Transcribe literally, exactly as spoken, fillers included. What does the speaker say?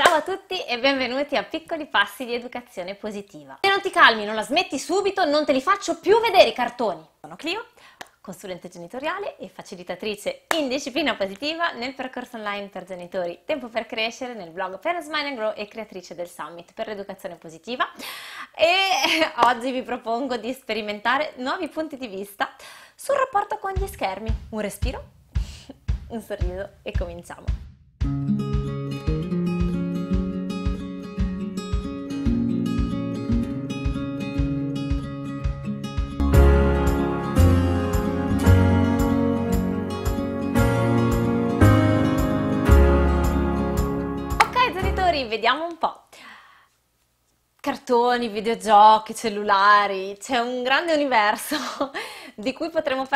Ciao a tutti e benvenuti a Piccoli Passi di Educazione Positiva. Se non ti calmi, non la smetti subito, non te li faccio più vedere i cartoni. Sono Clio, consulente genitoriale e facilitatrice in disciplina positiva nel percorso online per genitori Tempo per Crescere, nel blog Parents Mind and Grow e creatrice del Summit per l'educazione positiva. E oggi vi propongo di sperimentare nuovi punti di vista sul rapporto con gli schermi. Un respiro, un sorriso e cominciamo. Vediamo un po'. Cartoni, videogiochi, cellulari, c'è un grande universo di cui potremo parlare.